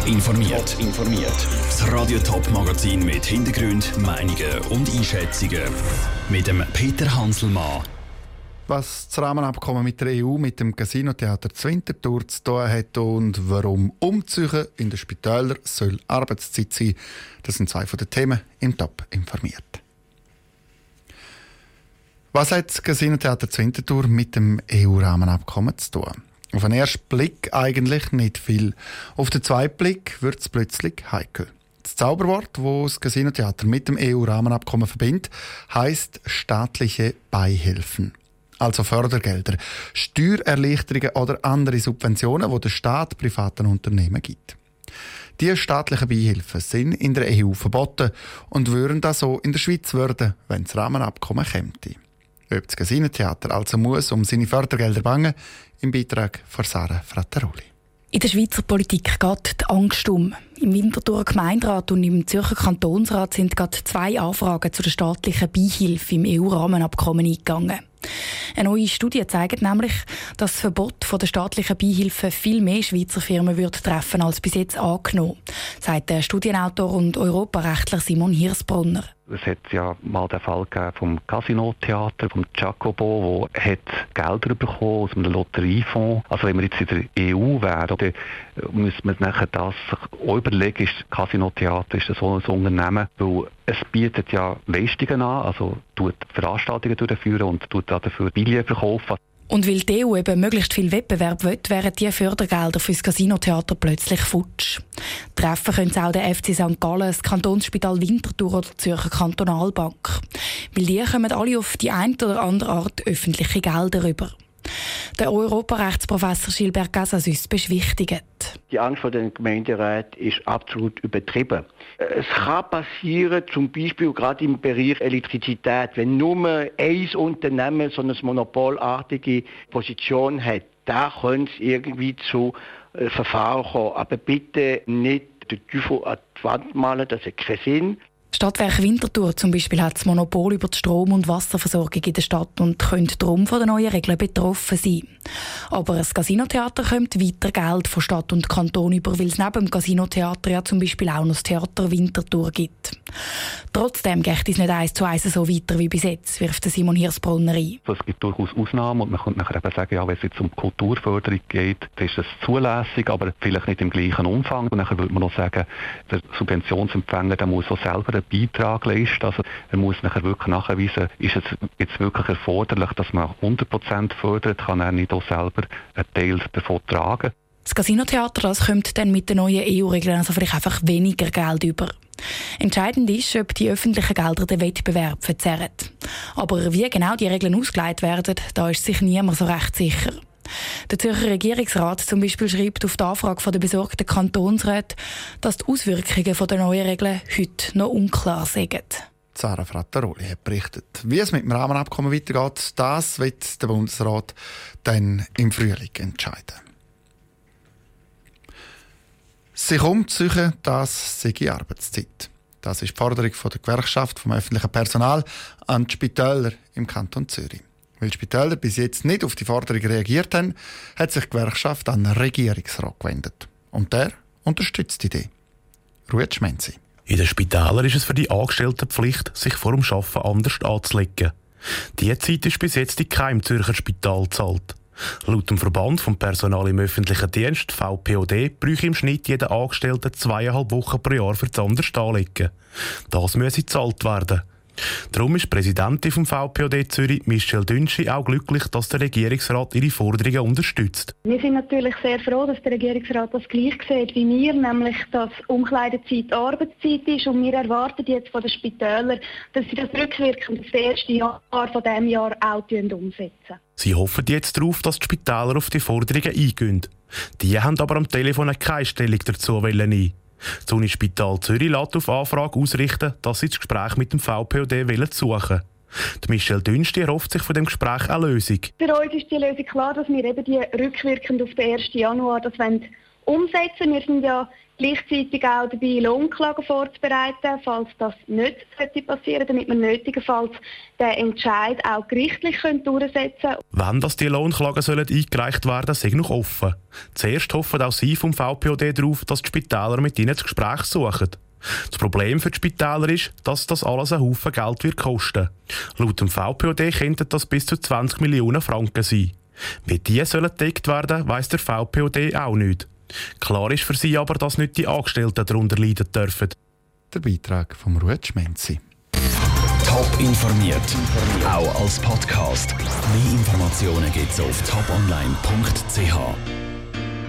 Top informiert. Das Radio Top Magazin mit Hintergrund, Meinungen und Einschätzungen mit dem Peter Hanselmann. Was das Rahmenabkommen mit der EU mit dem Casinotheater Winterthur zu tun hat und warum Umzüge in den Spitälern soll Arbeitszeit sein, das sind zwei von den Themen im Top informiert. Was hat das Casinotheater Winterthur mit dem EU-Rahmenabkommen zu tun? Auf den ersten Blick eigentlich nicht viel. Auf den zweiten Blick wird es plötzlich heikel. Das Zauberwort, das das Casinotheater mit dem EU-Rahmenabkommen verbindet, heisst staatliche Beihilfen. Also Fördergelder, Steuererleichterungen oder andere Subventionen, die der Staat privaten Unternehmen gibt. Diese staatlichen Beihilfen sind in der EU verboten und würden das so in der Schweiz werden, wenn das Rahmenabkommen käme. Ob das Casinotheater also muss um seine Fördergelder bangen, im Beitrag von Sarah Frattaroli. In der Schweizer Politik geht die Angst um. Im Winterthurer Gemeinderat und im Zürcher Kantonsrat sind gerade 2 Anfragen zu der staatlichen Beihilfe im EU-Rahmenabkommen eingegangen. Eine neue Studie zeigt nämlich, dass das Verbot der staatlichen Beihilfen viel mehr Schweizer Firmen würde treffen als bis jetzt angenommen, sagt der Studienautor und Europarechtler Simon Hirsbrunner. Es hat ja mal den Fall gegeben vom Casinotheater, vom Jacobo, der hat Gelder bekommen aus einem Lotteriefonds. Also wenn wir jetzt in der EU wären, dann müsste man nachher das sich auch überlegen, ist das Casinotheater, ist das so ein Unternehmen, weil es bietet ja Leistungen an, also tut Veranstaltungen durchführen und tut dafür Billionen verkaufen. Und weil die EU eben möglichst viel Wettbewerb will, wären die Fördergelder für das Casinotheater plötzlich futsch. Treffen können es auch der FC St. Gallen, das Kantonsspital Winterthur oder die Zürcher Kantonalbank. Weil die kommen alle auf die eine oder andere Art öffentliche Gelder rüber. Der Europarechtsprofessor Gilbert Casasus beschwichtigt. Die Angst vor den Gemeinderäten ist absolut übertrieben. Es kann passieren, zum Beispiel gerade im Bereich Elektrizität, wenn nur ein Unternehmen so eine monopolartige Position hat, da könnte es irgendwie zu Verfahren kommen. Aber bitte nicht den Teufel an die Wand malen, das hat keinen Sinn. Stadtwerk Winterthur zum Beispiel hat das Monopol über die Strom- und Wasserversorgung in der Stadt und könnte darum von den neuen Regeln betroffen sein. Aber das Casinotheater kommt weiter Geld von Stadt und Kanton über, weil es neben dem Casinotheater ja zum Beispiel auch noch das Theater Winterthur gibt. Trotzdem geht es nicht 1:1 so weiter wie bis jetzt, wirft Simon Hirsbrunner ein. Es gibt durchaus Ausnahmen und man könnte nachher eben sagen, ja, wenn es jetzt um Kulturförderung geht, dann ist das zulässig, aber vielleicht nicht im gleichen Umfang. Und nachher würde man noch sagen, der Subventionsempfänger der muss auch selber einen Beitrag leisten. Also er muss nachher wirklich nachweisen, ist es jetzt wirklich erforderlich, dass man 100% fördert, kann er nicht auch selber einen Teil davon tragen. Das Casinotheater das kommt dann mit den neuen EU-Regeln also vielleicht einfach weniger Geld über. Entscheidend ist, ob die öffentlichen Gelder den Wettbewerb verzerren. Aber wie genau die Regeln ausgelegt werden, da ist sich niemand so recht sicher. Der Zürcher Regierungsrat zum Beispiel schreibt auf die Anfrage der besorgten Kantonsräte, dass die Auswirkungen der neuen Regeln heute noch unklar sind. Sarah Frattaroli hat berichtet. Wie es mit dem Rahmenabkommen weitergeht, das wird der Bundesrat dann im Frühling entscheiden. Sich umziehen, das sei Arbeitszeit. Das ist die Forderung der Gewerkschaft vom öffentlichen Personal an die Spitäler im Kanton Zürich. Weil die Spitäler bis jetzt nicht auf die Forderung reagiert haben, hat sich die Gewerkschaft an den Regierungsrat gewendet. Und der unterstützt die Idee. Ruud Schmenzi. In den Spitälern ist es für die Angestellten Pflicht, sich vor dem Arbeiten anders anzulegen. Diese Zeit ist bis jetzt in keinem Zürcher Spital gezahlt. Laut dem Verband vom Personal im öffentlichen Dienst, VPOD, bräuchte im Schnitt jeder Angestellte 2,5 Wochen pro Jahr für das anders anlegen. Das müsse gezahlt werden. Darum ist die Präsidentin vom VPOD Zürich, Michelle Dünschi, auch glücklich, dass der Regierungsrat ihre Forderungen unterstützt. Wir sind natürlich sehr froh, dass der Regierungsrat das gleich sieht wie wir, nämlich dass Umkleidezeit Arbeitszeit ist. Und wir erwarten jetzt von den Spitälern, dass sie das rückwirkend auf das erste Jahr von diesem Jahr auch umsetzen. Sie hoffen jetzt darauf, dass die Spitäler auf die Forderungen eingehen. Die haben aber am Telefon keine Stellung dazu nehmen. Das Unispital Zürich lässt auf Anfrage ausrichten, dass sie das Gespräch mit dem VPOD suchen wollen. Die Michelle Dünsti erhofft sich von dem Gespräch eine Lösung. Für uns ist die Lösung klar, dass wir eben die rückwirkend auf den 1. Januar das umsetzen. Wir sind ja gleichzeitig auch dabei, Lohnklagen vorzubereiten, falls das nicht passieren sollte, damit wir nötigenfalls den Entscheid auch gerichtlich durchsetzen können. Wann die Lohnklagen sollen eingereicht werden, sei noch offen. Zuerst hoffen auch Sie vom VPOD darauf, dass die Spitäler mit ihnen das Gespräch suchen. Das Problem für die Spitäler ist, dass das alles einen Haufen Geld wird kosten. Laut dem VPOD könnten das bis zu 20 Millionen Franken sein. Wie die sollen gedeckt werden, weiss der VPOD auch nicht. Klar ist für sie aber, dass nicht die Angestellten darunter leiden dürfen. Der Beitrag von Ruud Schmenzi. Top informiert, auch als Podcast. Mehr Informationen gibt's auf toponline.ch.